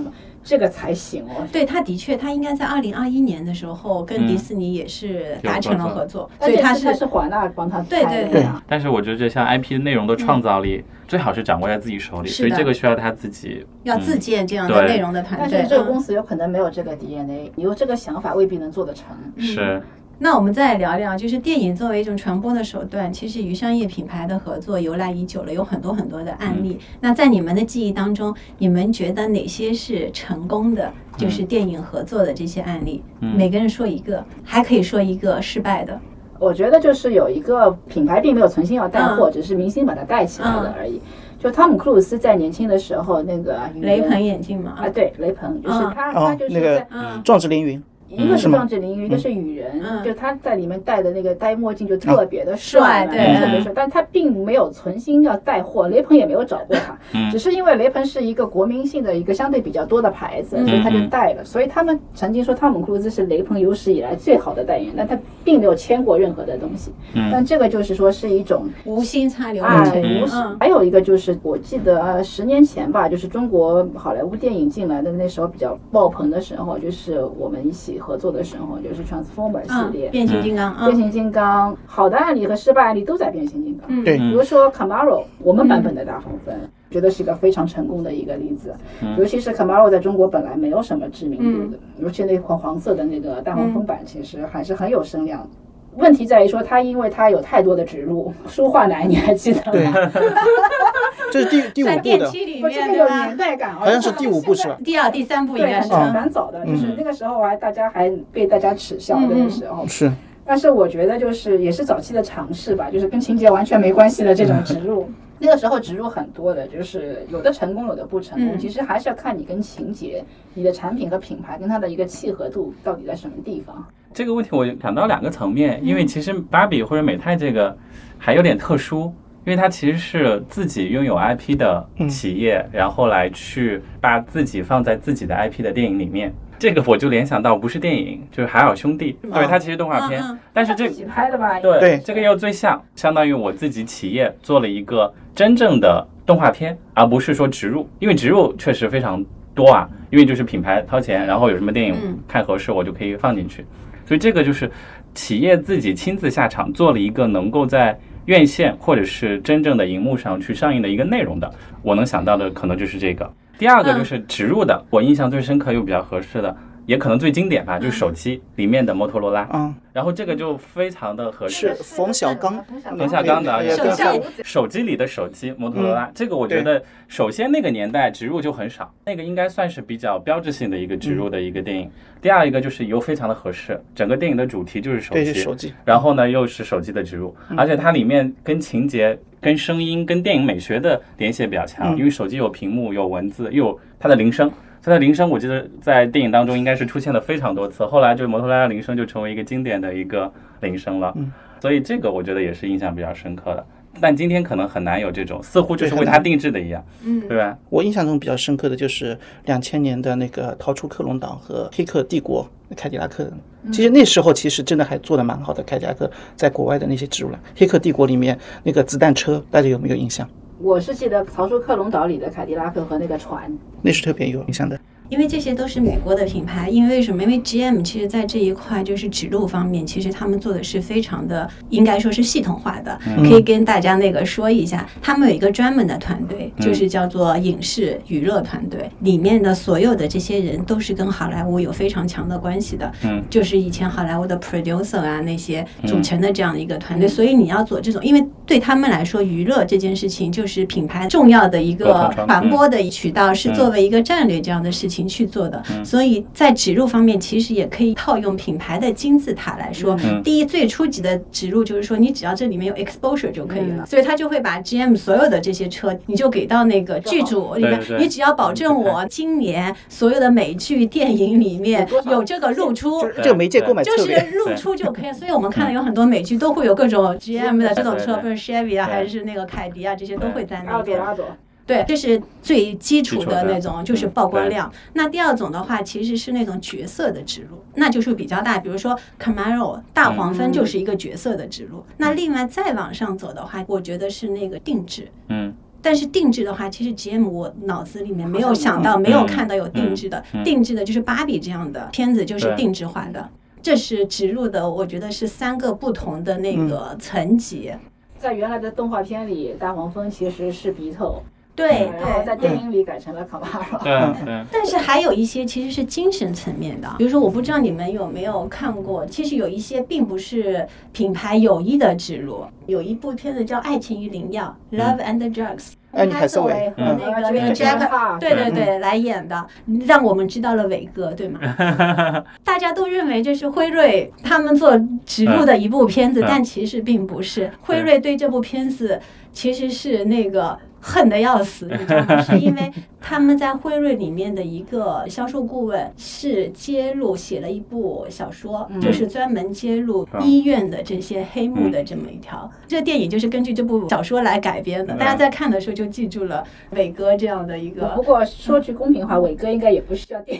这个才行哦。 对，他的确，他应该在二零二一年的时候跟迪士尼也是达成了合作， 嗯、 所以他是他是华纳帮他对对对。 但是我觉得这像 I P 内容的创造力、嗯、最好是掌握在自己手里，所以这个需要他自己要自建这样的内容的团队。 但是这个公司有可能没有这个 D N A，、嗯、有这个想法未必能做得成。 是。 那我们再来聊聊，就是电影作为一种传播的手段，其实与商业品牌的合作由来已久了，有很多很多的案例。嗯、那在你们的记忆当中，你们觉得哪些是成功的，就是电影合作的这些案例？嗯、每个人说一个，还可以说一个失败的。 我觉得就是有一个品牌并没有存心要带货，嗯、只是明星把它带起来了而已。嗯、就汤姆克鲁斯在年轻的时候，那个雷朋眼镜嘛， 啊，对，雷朋就是他， 嗯、 他就是在、 哦、那个嗯、 壮志凌云。 一个是壮志凌云，一个是雨人， 嗯、 就他在里面戴的那个戴墨镜就特别的帅， 对，特别帅。但他并没有存心要带货，雷朋也没有找过他， 嗯、 只是因为雷朋是一个国民性的一个相对比较多的牌子，所以他就带了。所以他们曾经说汤姆克鲁斯是雷朋有史以来最好的代言人，但他并没有签过任何的东西。 嗯、 但这个就是说是一种无心插柳啊， 无无心。还有一个就是我记得呃十年前吧，就是中国好莱坞电影进来的那时候比较爆棚的时候，就是我们一起合作的时候。就是 Transformer 系列、 嗯、变形金刚、 嗯、变形金刚好的案例和失败案例都在变形金刚。 对、 嗯，比如说 Camaro 我们版本的大黄蜂、嗯、觉得是一个非常成功的一个例子、嗯、尤其是 Camaro 在中国本来没有什么知名度的、嗯、尤其那款黄色的那个大黄蜂版其实还是很有声量的、嗯、问题在于说它因为它有太多的植入，舒化奶你还记得吗？ 对这是第第五部的，在电梯里面这个有年代感， 好像是第五部是吧？ 第二、第三部应该是很蛮早的，嗯、就是那个时候还大家还被大家耻笑的那个时候。 嗯、是， 但是我觉得就是也是早期的尝试吧，就是跟情节完全没关系的这种植入。那个时候植入很多的，就是有的成功，有的不成功。嗯、其实还是要看你跟情节、你的产品和品牌跟它的一个契合度到底在什么地方。 这个问题我想到两个层面，因为其实芭比或者美泰这个还有点特殊。因为它其实是自己拥有 I P 的企业、嗯、然后来去把自己放在自己的 I P 的电影里面，这个我就联想到不是电影，就是海尔兄弟、嗯、对，它其实动画片、嗯嗯、但是这自己拍的吧？ 对对，这个又最像相当于我自己企业做了一个真正的动画片，而不是说植入，因为植入确实非常多啊，因为就是品牌掏钱，然后有什么电影看合适我就可以放进去、嗯、所以这个就是企业自己亲自下场做了一个能够在院线或者是真正的荧幕上去上映的一个内容的，我能想到的可能就是这个。第二个就是植入的，我印象最深刻又比较合适的，也可能最经典吧，就是手机里面的摩托罗拉。嗯，然后这个就非常的合适。 是冯小刚， 冯小刚的手机手机里的手机摩托罗拉、嗯，这个我觉得首先那个年代植入就很少，那个应该算是比较标志性的一个植入的一个电影。嗯、第二一个就是又非常的合适，整个电影的主题就是手机， 手机， 然后呢又是手机的植入，嗯、而且它里面跟情节、跟声音、跟电影美学的联系比较强、嗯，因为手机有屏幕、有文字，又有它的铃声。它的铃声我记得在电影当中应该是出现了非常多次，后来就摩托罗拉铃声就成为一个经典的一个铃声了、嗯、所以这个我觉得也是印象比较深刻的，但今天可能很难有这种似乎就是为它定制的一样，嗯，对吧？ 我印象中比较深刻的就是两千年的那个逃出克隆岛和黑客帝国凯迪拉克的，其实那时候其实真的还做得蛮好的，凯迪拉克在国外的那些植入了。黑客帝国里面那个子弹车大家有没有印象？ 我是记得逃出克隆岛里的凯迪拉克和那个船， 那是特别有印象的。 因为这些都是美国的品牌，因为为什么？因为 G M 其实在这一块就是指路方面，其实他们做的是非常的，应该说是系统化的。嗯、可以跟大家那个说一下，他们有一个专门的团队，就是叫做影视娱乐团队，里面的所有的这些人都是跟好莱坞有非常强的关系的。嗯，就是以前好莱坞的 producer 啊那些组成的这样的一个团队，嗯、所以你要做这种，因为对他们来说，娱乐这件事情就是品牌重要的一个传播的渠道，是作为一个战略这样的事情去做的，嗯、所以在植入方面其实也可以套用品牌的金字塔来说，嗯、第一最初级的植入就是说你只要这里面有 exposure 就可以了，嗯、所以他就会把 G M 所有的这些车你就给到那个剧组里面，你只要保证我今年所有的美剧电影里面有这个露出， 这个媒介购买就是露出就可以，所以我们看到有很多美剧都会有各种 G M 的这种车，不是 Chevy 啊还是那个凯迪啊，这些都会在那边。对，这是最基础的那种，就是曝光量。那第二种的话，其实是那种角色的植入，那就是比较大，比如说 Camaro 大黄蜂就是一个角色的植入。嗯、那另外再往上走的话，我觉得是那个定制。嗯。 但是定制的话，其实 G M 我脑子里面没有想到，没有看到有定制的。 嗯嗯、 定制的就是芭比这样的片子，就是定制化的。这是植入的，我觉得是三个不同的那个层级。 嗯、在原来的动画片里，大黄蜂其实是鼻头。 对， 然后在电影里改成了卡马罗。 对， 但是还有一些其实是精神层面的，比如说我不知道你们有没有看过，其实有一些并不是品牌有意的植入。有一部片子叫《爱情与灵药》（Love and Drugs）。 安妮海瑟薇和那个 Jack， 对对对，来演的，让我们知道了伟哥，对吗？大家都认为这是辉瑞他们做植入的一部片子，但其实并不是。辉瑞对这部片子其实是那个恨得要死，你知道吗？是因为他们在辉瑞里面的一个销售顾问是揭露写了一部小说，嗯、就是专门揭露医院的这些黑幕的这么一条。嗯、这个电影就是根据这部小说来改编的，嗯、大家在看的时候就记住了伟哥这样的一个。 不过说句公平话，伟哥应该也不需要电影。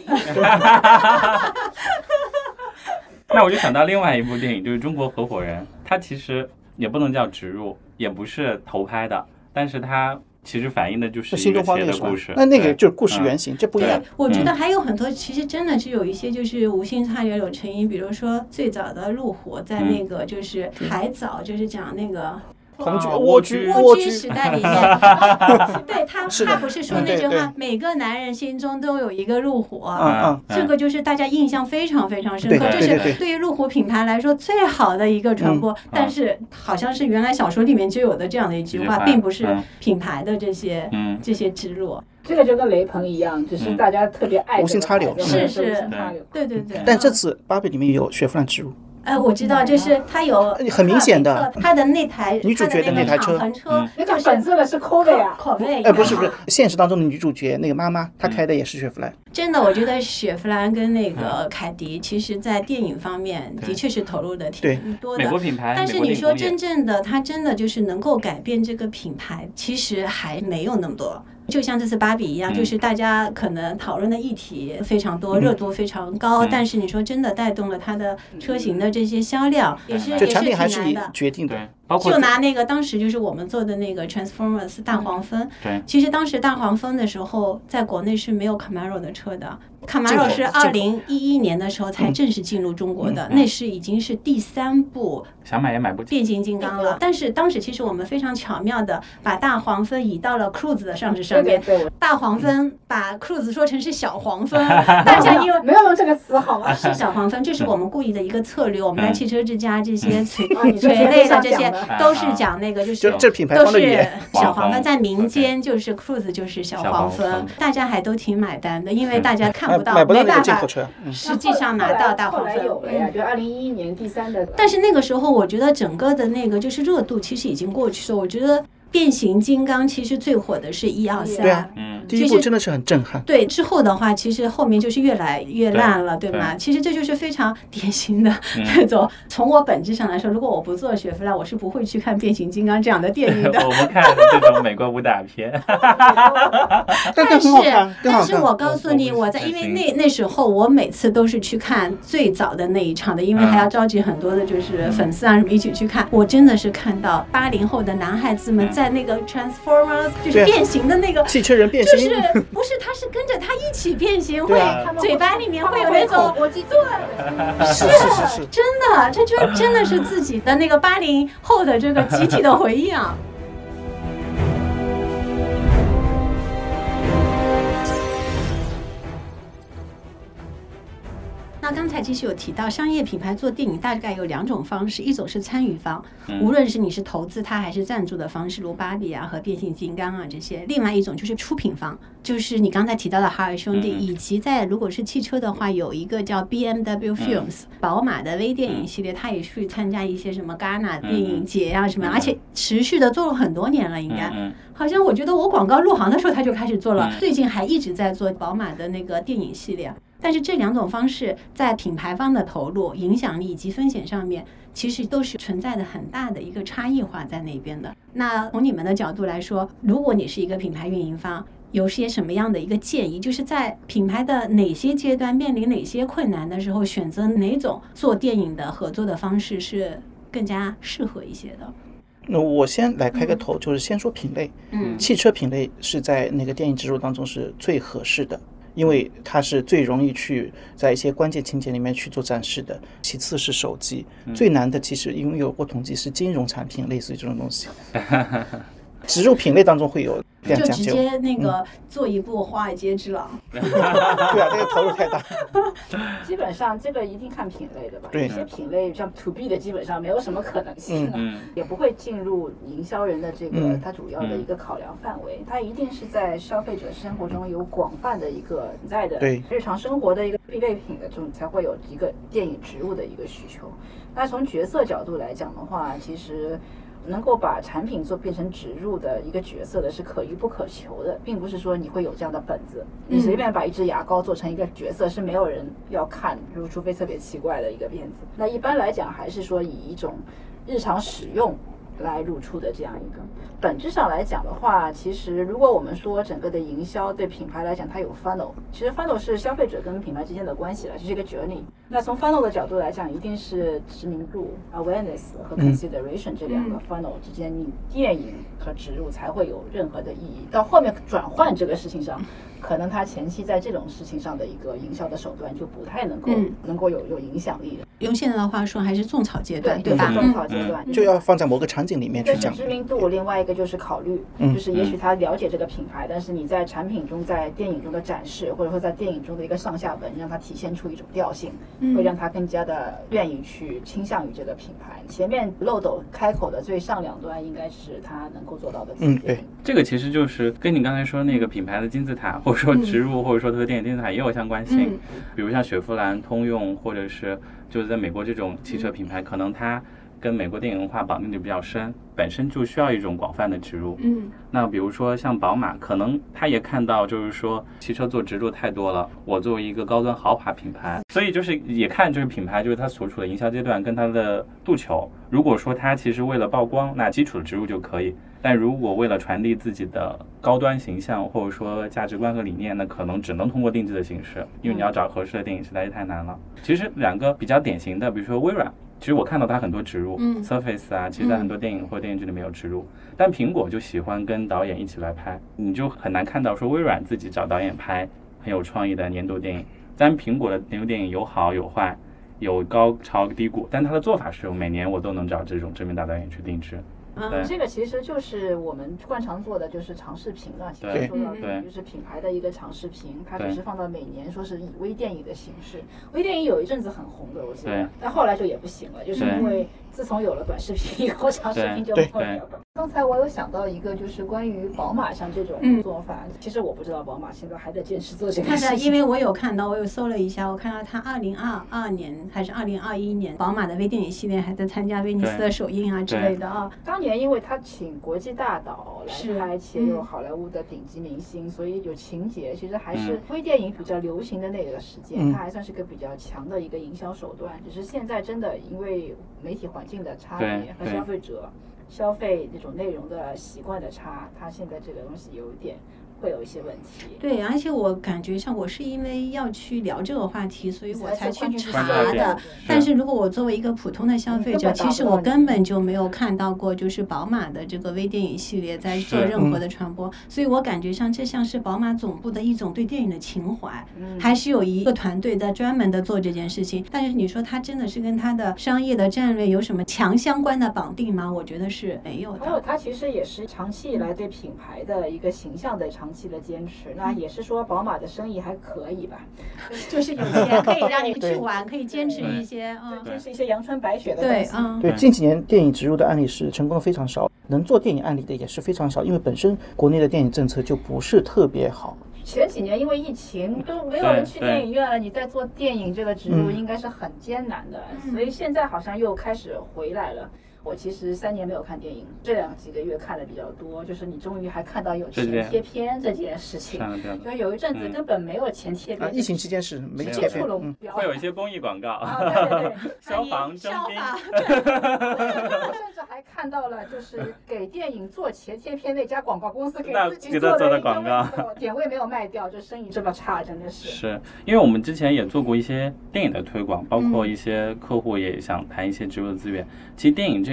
那我就想到另外一部电影，就是《中国合伙人》，它其实也不能叫植入，也不是投拍的，但是它其实反映的就是一个企业的故事。 那那个就是故事原型，这不一样。 我觉得还有很多，其实真的是有一些就是无心插柳柳成荫，比如说最早的路虎在那个就是海藻，就是讲那个。 红居蜗居蜗居时代里面，对他他不是说那句话，每个男人心中都有一个路虎， 嗯这个就是大家印象非常非常深刻，这是对于路虎品牌来说最好的一个传播。但是好像是原来小说里面就有的这样的一句话，并不是品牌的这些这些植入。 这个就跟雷朋一样，只是大家特别爱无心插柳， 是是，对对对。 但这次芭比里面有雪佛兰植入。 哎，我知道，就是它有很明显的， 它的那台女主角的那台车， 那个粉色的是科威呀， 科威。 哎，不是不是，现实当中的女主角那个妈妈，她开的也是雪佛兰。 真的，我觉得雪佛兰跟那个凯迪，其实在电影方面的确是投入的挺多的。 美国品牌， 但是你说真正的它真的就是能够改变这个品牌，其实还没有那么多。就像这次芭比一样，就是大家可能讨论的议题非常多，热度非常高，但是你说真的带动了它的车型的这些销量，也是也是挺难的。 决定的， 包括就拿那个当时就是我们做的那个 Transformers 大黄蜂， 对， 其实当时大黄蜂的时候，在国内是没有 Camaro 的车的。Camaro 是二零一一年的时候才正式进入中国的，那是已经是第三部想买也买不起变形金刚了。但是当时其实我们非常巧妙的把大黄蜂移到了 Cruise 的上市上面，大黄蜂把 Cruise 说成是小黄蜂，大家因为没有用这个词好吗？ 是小黄蜂，这是我们故意的一个策略。我们在汽车之家这些垂垂类的这些都是讲那个就是这品牌都是小黄蜂，在民间就是 Cruise 就是小黄蜂，大家还都挺买单的，因为大家看。 买不到那个进口车，实际上拿到大黄蜂有了呀，就二零一一年第三的。 但是那个时候，我觉得整个的那个就是热度其实已经过去了。我觉得变形金刚其实最火的是一二三， 对啊，嗯，第一部真的是很震撼。 对，之后的话，其实后面就是越来越烂了，对吗？其实这就是非常典型的那种。从我本质上来说，如果我不做雪佛兰，我是不会去看变形金刚这样的电影的。 我们看这种美国武打片， 但是但是我告诉你，我在因为那那时候我每次都是去看最早的那一场的，因为还要召集很多的就是粉丝啊什么一起去看。我真的是看到八零后的男孩子们在那个 Transformers 就是变形的那个汽车人变形， 就是不是他是跟着他一起变形，会嘴巴里面会有那种对， 是是是， 真的，这就真的是自己的那个八零后的这个集体的回忆啊。那刚才其实有提到，商业品牌做电影大概有两种方式，一种是参与方，无论是你是投资它还是赞助的方式，如芭比啊和变形金刚啊这些；另外一种就是出品方，就是你刚才提到的哈尔兄弟，以及在如果是汽车的话，有一个叫 B M W Films， 宝马的微电影系列，它也去参加一些什么戛纳电影节啊什么，而且持续的做了很多年了，应该。好像我觉得我广告入行的时候他就开始做了，最近还一直在做宝马的那个电影系列。但是这两种方式在品牌方的投入、影响力以及风险上面，其实都是存在的很大的一个差异化在那边的。那从你们的角度来说，如果你是一个品牌运营方，有些什么样的一个建议？就是在品牌的哪些阶段面临哪些困难的时候，选择哪种做电影的合作的方式是更加适合一些的？ 那我先来开个头，就是先说品类。 嗯， 汽车品类是在那个电影植入当中是最合适的，因为它是最容易去在一些关键情节里面去做展示的。其次是手机， 嗯、 最难的其实因为有过统计是金融产品，类似于这种东西。植入品类当中会有这样就讲究， 直接那个做一部《华尔街之狼》 嗯。对啊，这个投入太大。 基本上这个一定看品类的吧， 对， 有些品类像 to B 的基本上没有什么可能性、啊嗯， 也不会进入营销人的这个、 嗯、 它主要的一个考量范围，它一定是在消费者生活中有广泛的一个存在的对日常生活的一个必备品的这种，才会有一个电影植入的一个需求。那从角色角度来讲的话，其实能够把产品做变成植入的一个角色的是可遇不可求的，并不是说你会有这样的本子，你随便把一支牙膏做成一个角色是没有人要看，就除非特别奇怪的一个片子。那一般来讲还是说以一种日常使用来入出的这样一个。本质上来讲的话，其实如果我们说整个的营销对品牌来讲，它有 funnel， 其实 funnel 是消费者跟品牌之间的关系了，就是一个 journey。那从 funnel 的角度来讲，一定是知名度 awareness 和 consideration 这两个 funnel 之间，你电影和植入才会有任何的意义。到后面转换这个事情上，可能它前期在这种事情上的一个营销的手段就不太能够、嗯、能够有有影响力的。 用现在的话说，还是种草阶段， 对, 对吧？ 种草阶段、 嗯、就要放在某个场景里面去讲。 知名度，另外一个就是考虑， 嗯、 就是也许他了解这个品牌、嗯，但是你在产品中、在电影中的展示，或者说在电影中的一个上下文，让它体现出一种调性，嗯、会让他更加的愿意去倾向于这个品牌。前面漏斗开口的最上两端，应该是他能够做到的。 嗯，对， 这个其实就是跟你刚才说那个品牌的金字塔，或者说植入，嗯、或者说它的电影金字塔也有相关性。嗯、比如像雪佛兰、通用，或者是就是在美国这种汽车品牌，嗯、可能它跟美国电影文化绑定的比较深，本身就需要一种广泛的植入。 嗯， 那比如说像宝马，可能他也看到就是说汽车做植入太多了，我作为一个高端豪华品牌，所以就是也看这个品牌就是它所处的营销阶段跟它的诉求。如果说它其实为了曝光，那基础的植入就可以；但如果为了传递自己的高端形象或者说价值观和理念，那可能只能通过定制的形式，因为你要找合适的电影实在是太难了。其实两个比较典型的，比如说微软。其实我看到它很多植入、嗯、Surface 啊，其实在很多电影或电视剧里面有植入、嗯、但苹果就喜欢跟导演一起来拍，你就很难看到说微软自己找导演拍很有创意的年度电影。但苹果的年度电影有好有坏，有高潮低谷，但它的做法是每年我都能找这种知名大导演去定制。 嗯，这个其实就是我们惯常做的，就是长视频了。其实说到底就是品牌的一个长视频，它只是放到每年说是以微电影的形式。微电影有一阵子很红的，我记得，但后来就也不行了，就是因为自从有了短视频以后，长视频就没有了。刚才我有想到一个，就是关于宝马像这种做法，嗯、其实我不知道宝马现在还在坚持做这个事情。 因为我有看到，我有搜了一下，我看到它二零二二年还是二零二一年，宝马的微电影系列还在参加威尼斯的首映啊之类的啊。 当年因为他请国际大导来拍，且有好莱坞的顶级明星，嗯、所以有情节，其实还是微电影比较流行的那个时间，嗯、它还算是个比较强的一个营销手段。只是现在真的因为媒体环境的差别和消费者消费那种内容的习惯的差，它现在这个东西有一点会有一些问题。 对，而且我感觉像我是因为要去聊这个话题，所以我才去查的。但是如果我作为一个普通的消费者，其实我根本就没有看到过，就是宝马的这个微电影系列在做任何的传播，所以我感觉像这像是宝马总部的一种对电影的情怀，嗯、还是有一个团队在专门的做这件事情。但是你说它真的是跟它的商业的战略有什么强相关的绑定吗？我觉得是没有的。 还有它其实也是长期以来对品牌的一个形象的长期的坚持，那也是说宝马的生意还可以吧， 就是有钱可以让你去玩，可以坚持一些， 嗯，坚持一些阳春白雪的东西。 对，嗯， 对，近几年电影植入的案例是成功的非常少，能做电影案例的也是非常少，因为本身国内的电影政策就不是特别好。 前几年因为疫情都没有人去电影院了，你在做电影这个植入应该是很艰难的，嗯、所以现在好像又开始回来了。我其实三年没有看电影，这两几个月看的比较多，就是你终于还看到有前贴片这件事情，就有一阵子根本没有前贴片。 啊，疫情期间是没贴片， 嗯、 会有一些公益广告， 啊、对对对， 消防征兵， 我甚至还看到了，就是给电影做前贴片那家广告公司给自己做的广告， 点位没有卖掉，就生意这么差，真的是。 是因为我们之前也做过一些电影的推广，包括一些客户也想谈一些植入的资源。其实电影这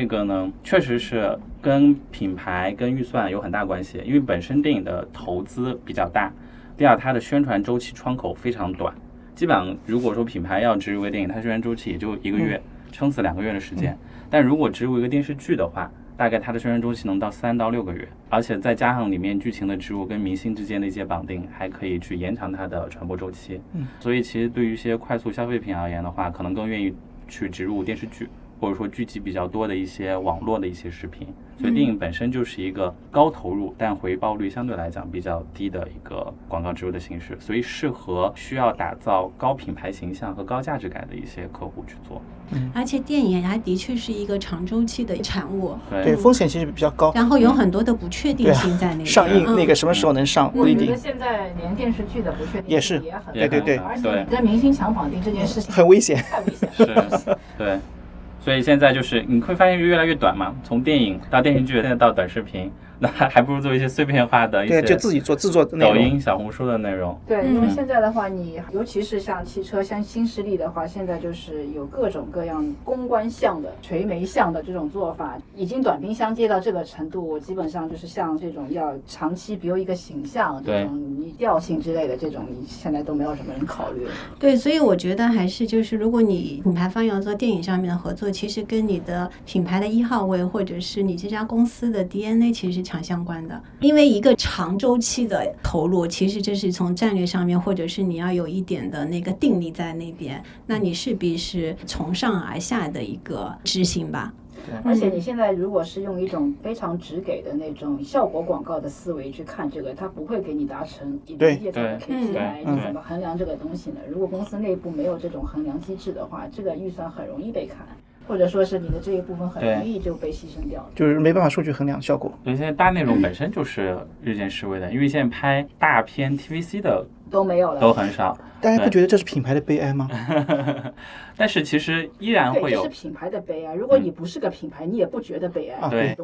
这个呢，确实是跟品牌跟预算有很大关系，因为本身电影的投资比较大，第二它的宣传周期窗口非常短，基本上如果说品牌要植入一个电影，它宣传周期也就一个月，撑死两个月的时间，但如果植入一个电视剧的话，大概它的宣传周期能到三到六个月，而且再加上里面剧情的植入跟明星之间的一些绑定，还可以去延长它的传播周期。嗯，所以其实对于一些快速消费品而言的话，可能更愿意去植入电视剧，或者说聚集比较多的一些网络的一些视频。所以电影本身就是一个高投入但回报率相对来讲比较低的一个广告植入的形式，所以适合需要打造高品牌形象和高价值感的一些客户去做。 嗯，而且电影还的确是一个长周期的产物， 对，对，风险其实比较高， 然后有很多的不确定性在那里、 啊、上映、嗯、那个什么时候能上、嗯、不一定。 我觉得现在连电视剧的不确定性也很对对对， 而且跟明星抢绑定这件事情很危险， 太危险是，对。所以现在就是你会发现越来越短嘛，从电影到电视剧，现在到短视频，那还不如做一些碎片化的一些， 对，就自己做制作抖音、小红书的内容。 对，因为现在的话，你尤其是像汽车、像新势力的话，现在就是有各种各样公关项的、垂媒项的这种做法，已经短兵相接到这个程度。我基本上就是像这种要长期比如一个形象、这种调性之类的这种，现在都没有什么人考虑。 对，所以我觉得还是就是，如果你品牌方要做电影上面的合作，其实跟你的品牌的一号位，或者是你这家公司的 D N A 其实是强相关的。因为一个长周期的投入，其实这是从战略上面，或者是你要有一点的那个定力在那边，那你势必是从上而下的一个执行吧。 而且你现在如果是用一种非常直给的那种效果广告的思维去看这个，它不会给你达成一个业态的 K P I， 你怎么衡量这个东西呢？如果公司内部没有这种衡量机制的话，这个预算很容易被砍，或者说是你的这一部分很容易就被牺牲掉了， 就是没办法数据衡量效果。 所以现在大内容本身就是日渐式微的，因为现在拍大片 T V C 的都没有了， 都很少。 大家不觉得这是品牌的悲哀吗？ 但是其实依然会有， 这是品牌的悲哀。如果你不是个品牌，嗯、你也不觉得悲哀。 啊、 对，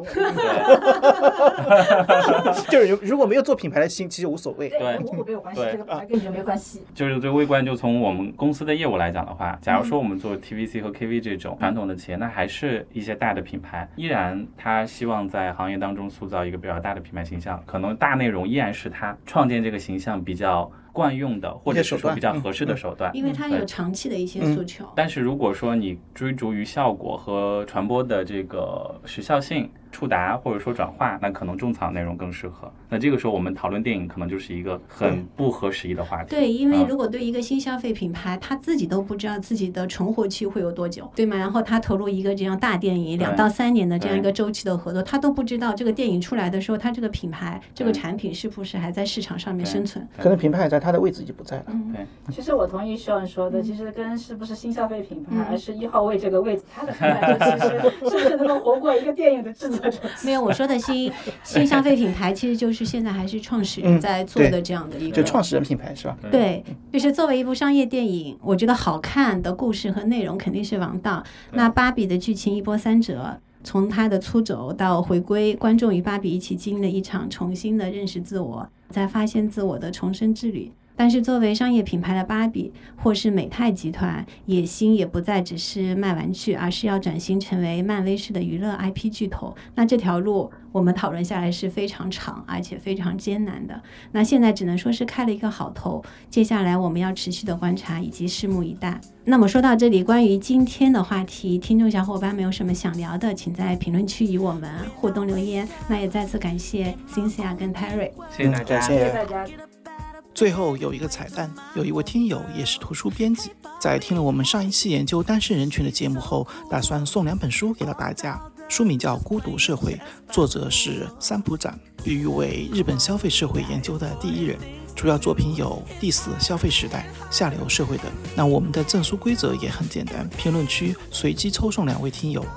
就是如果没有做品牌的心，其实无所谓。 对，我没有关系，这个品牌跟你就没关系。 就是最微观，就从我们公司的业务来讲的话，假如说我们做 T V C 和 K V 这种传统的企业，那还是一些大的品牌，依然他希望在行业当中塑造一个比较大的品牌形象，可能大内容依然是他创建这个形象比较惯用的，或者是说比较合适的手段， 因为它有长期的一些诉求。 但是如果说你追逐于效果和传播的这个时效性、触达或者说转化，那可能种草内容更适合。那这个时候我们讨论电影可能就是一个很不合时宜的话题。 对，因为如果对一个新消费品牌，他自己都不知道自己的存活期会有多久，对吗？然后他投入一个这样大电影两到三年的这样一个周期的合作，他都不知道这个电影出来的时候，他这个品牌这个产品是不是还在市场上面生存？ 可能品牌还在，它的位置已经不在了。 嗯，对。 其实我同意Sean说的，其实跟是不是新消费品牌，而是一号位这个位置，他的品牌其实是不是能够活过一个电影的制作者？ 没有，我说的新新消费品牌，其实就是现在还是创始人在做的这样的一个， 就创始人品牌是吧？ 对，就是作为一部商业电影，我觉得好看的故事和内容肯定是王道。那芭比的剧情一波三折。从他的出走到回归，观众与芭比一起经历了一场重新的认识自我，在发现自我的重生之旅。但是作为商业品牌的芭比或是美泰集团，野心也不再只是卖玩具，而是要转型成为漫威式的娱乐 I P 巨头。那这条路我们讨论下来是非常长而且非常艰难的。那现在只能说是开了一个好头，接下来我们要持续的观察以及拭目以待。那么说到这里，关于今天的话题，听众小伙伴们有什么想聊的，请在评论区与我们互动留言。那也再次感谢 Cynthia 跟 Terry， 谢谢大家， 谢谢大家。 最后有一个彩蛋，有一位听友也是图书编辑，在听了我们上一期研究单身人群的节目后，打算送两本书给到大家。书名叫《孤独社会》，作者是三浦展，被誉为日本消费社会研究的第一人。主要作品有《第四消费时代》、《下流社会》等。那我们的赠书规则也很简单，评论区随机抽送两位听友。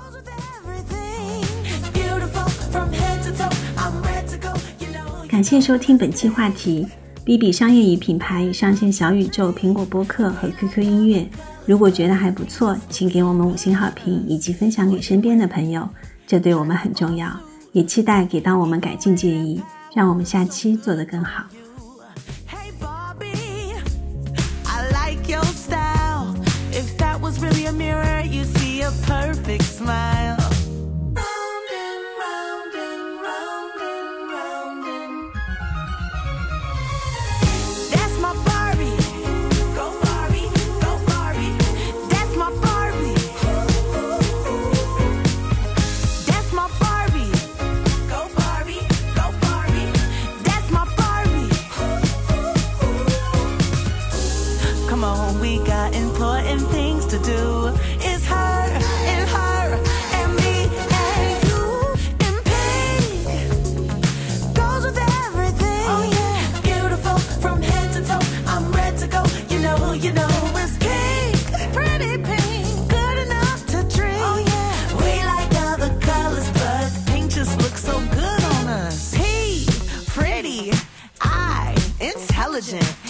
感谢收听本期话题。B B 商业与品牌上线小宇宙、苹果播客和 Q Q 音乐。如果觉得还不错，请给我们五星好评以及分享给身边的朋友，这对我们很重要。也期待给到我们改进建议，让我们下期做得更好。 If that was really a mirror, you see a perfect smile. important things to do. It's her and her and me and you. In pink goes with everything. Oh yeah, beautiful from head to toe. I'm ready to go. You know, you know it's pink, pretty pink, good enough to drink. Oh yeah, we like other colors, but pink just looks so good on us. P, pretty, I, intelligent.